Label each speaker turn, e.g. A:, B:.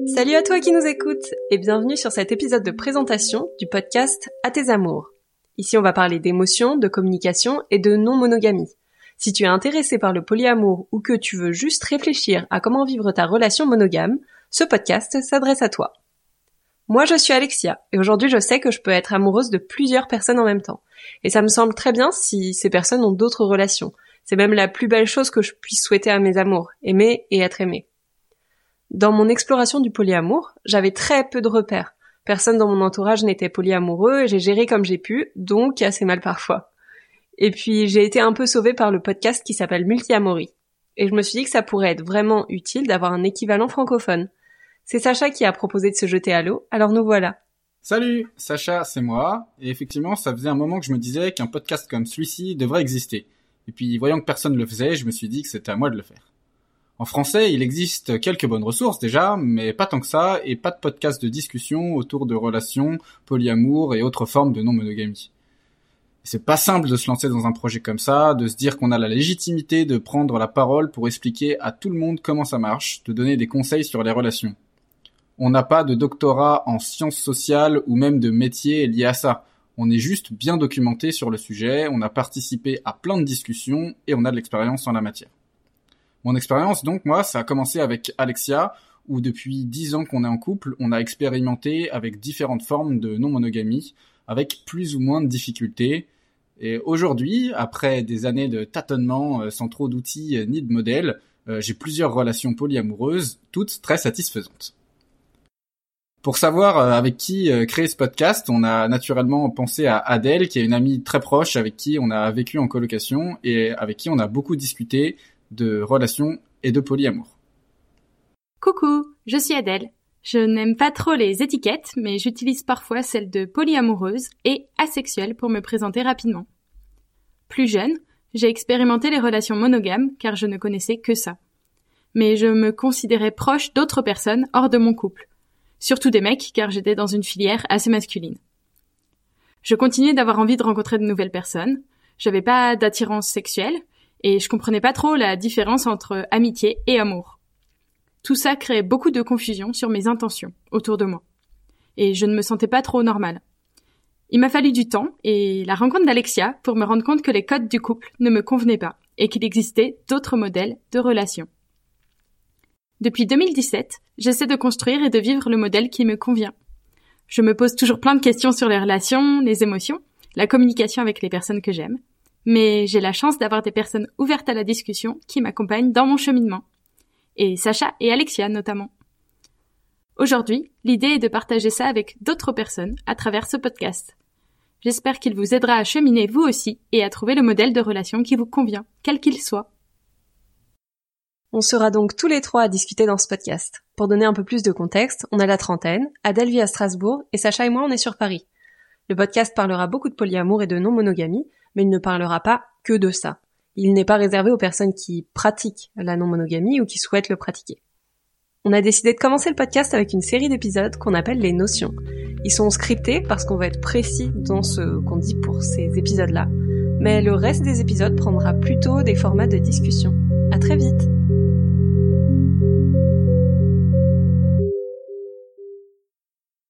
A: Salut à toi qui nous écoutes et bienvenue sur cet épisode de présentation du podcast À tes amours. Ici on va parler d'émotions, de communication et de non-monogamie. Si tu es intéressé par le polyamour ou que tu veux juste réfléchir à comment vivre ta relation monogame, ce podcast s'adresse à toi. Moi je suis Alexia et aujourd'hui je sais que je peux être amoureuse de plusieurs personnes en même temps. Et ça me semble très bien si ces personnes ont d'autres relations. C'est même la plus belle chose que je puisse souhaiter à mes amours, aimer et être aimé. Dans mon exploration du polyamour, j'avais très peu de repères. Personne dans mon entourage n'était polyamoureux et j'ai géré comme j'ai pu, donc assez mal parfois. Et puis j'ai été un peu sauvée par le podcast qui s'appelle Multiamorie. Et je me suis dit que ça pourrait être vraiment utile d'avoir un équivalent francophone. C'est Sacha qui a proposé de se jeter à l'eau, alors nous voilà.
B: Salut, Sacha, c'est moi. Et effectivement, ça faisait un moment que je me disais qu'un podcast comme celui-ci devrait exister. Et puis, voyant que personne ne le faisait, je me suis dit que c'était à moi de le faire. En français, il existe quelques bonnes ressources déjà, mais pas tant que ça, et pas de podcast de discussion autour de relations, polyamour et autres formes de non-monogamie. C'est pas simple de se lancer dans un projet comme ça, de se dire qu'on a la légitimité de prendre la parole pour expliquer à tout le monde comment ça marche, de donner des conseils sur les relations. On n'a pas de doctorat en sciences sociales ou même de métier lié à ça. On est juste bien documenté sur le sujet, on a participé à plein de discussions et on a de l'expérience en la matière. Mon expérience, donc, moi, ça a commencé avec Alexia, où depuis 10 ans qu'on est en couple, on a expérimenté avec différentes formes de non-monogamie, avec plus ou moins de difficultés. Et aujourd'hui, après des années de tâtonnement sans trop d'outils ni de modèles, j'ai plusieurs relations polyamoureuses, toutes très satisfaisantes. Pour savoir avec qui créer ce podcast, on a naturellement pensé à Adèle, qui est une amie très proche avec qui on a vécu en colocation et avec qui on a beaucoup discuté de relations et de polyamour.
C: Coucou, je suis Adèle. Je n'aime pas trop les étiquettes, mais j'utilise parfois celles de polyamoureuse et asexuelle pour me présenter rapidement. Plus jeune, j'ai expérimenté les relations monogames car je ne connaissais que ça. Mais je me considérais proche d'autres personnes hors de mon couple. Surtout des mecs car j'étais dans une filière assez masculine. Je continuais d'avoir envie de rencontrer de nouvelles personnes. J'avais pas d'attirance sexuelle et je comprenais pas trop la différence entre amitié et amour. Tout ça créait beaucoup de confusion sur mes intentions autour de moi. Et je ne me sentais pas trop normale. Il m'a fallu du temps et la rencontre d'Alexia pour me rendre compte que les codes du couple ne me convenaient pas et qu'il existait d'autres modèles de relations. Depuis 2017, j'essaie de construire et de vivre le modèle qui me convient. Je me pose toujours plein de questions sur les relations, les émotions, la communication avec les personnes que j'aime. Mais j'ai la chance d'avoir des personnes ouvertes à la discussion qui m'accompagnent dans mon cheminement. Et Sacha et Alexia notamment. Aujourd'hui, l'idée est de partager ça avec d'autres personnes à travers ce podcast. J'espère qu'il vous aidera à cheminer vous aussi et à trouver le modèle de relation qui vous convient, quel qu'il soit.
A: On sera donc tous les trois à discuter dans ce podcast. Pour donner un peu plus de contexte, on a la trentaine, Adèle vit à Strasbourg et Sacha et moi on est sur Paris. Le podcast parlera beaucoup de polyamour et de non-monogamie, mais il ne parlera pas que de ça. Il n'est pas réservé aux personnes qui pratiquent la non-monogamie ou qui souhaitent le pratiquer. On a décidé de commencer le podcast avec une série d'épisodes qu'on appelle les notions. Ils sont scriptés parce qu'on va être précis dans ce qu'on dit pour ces épisodes-là, mais le reste des épisodes prendra plutôt des formats de discussion. À très vite!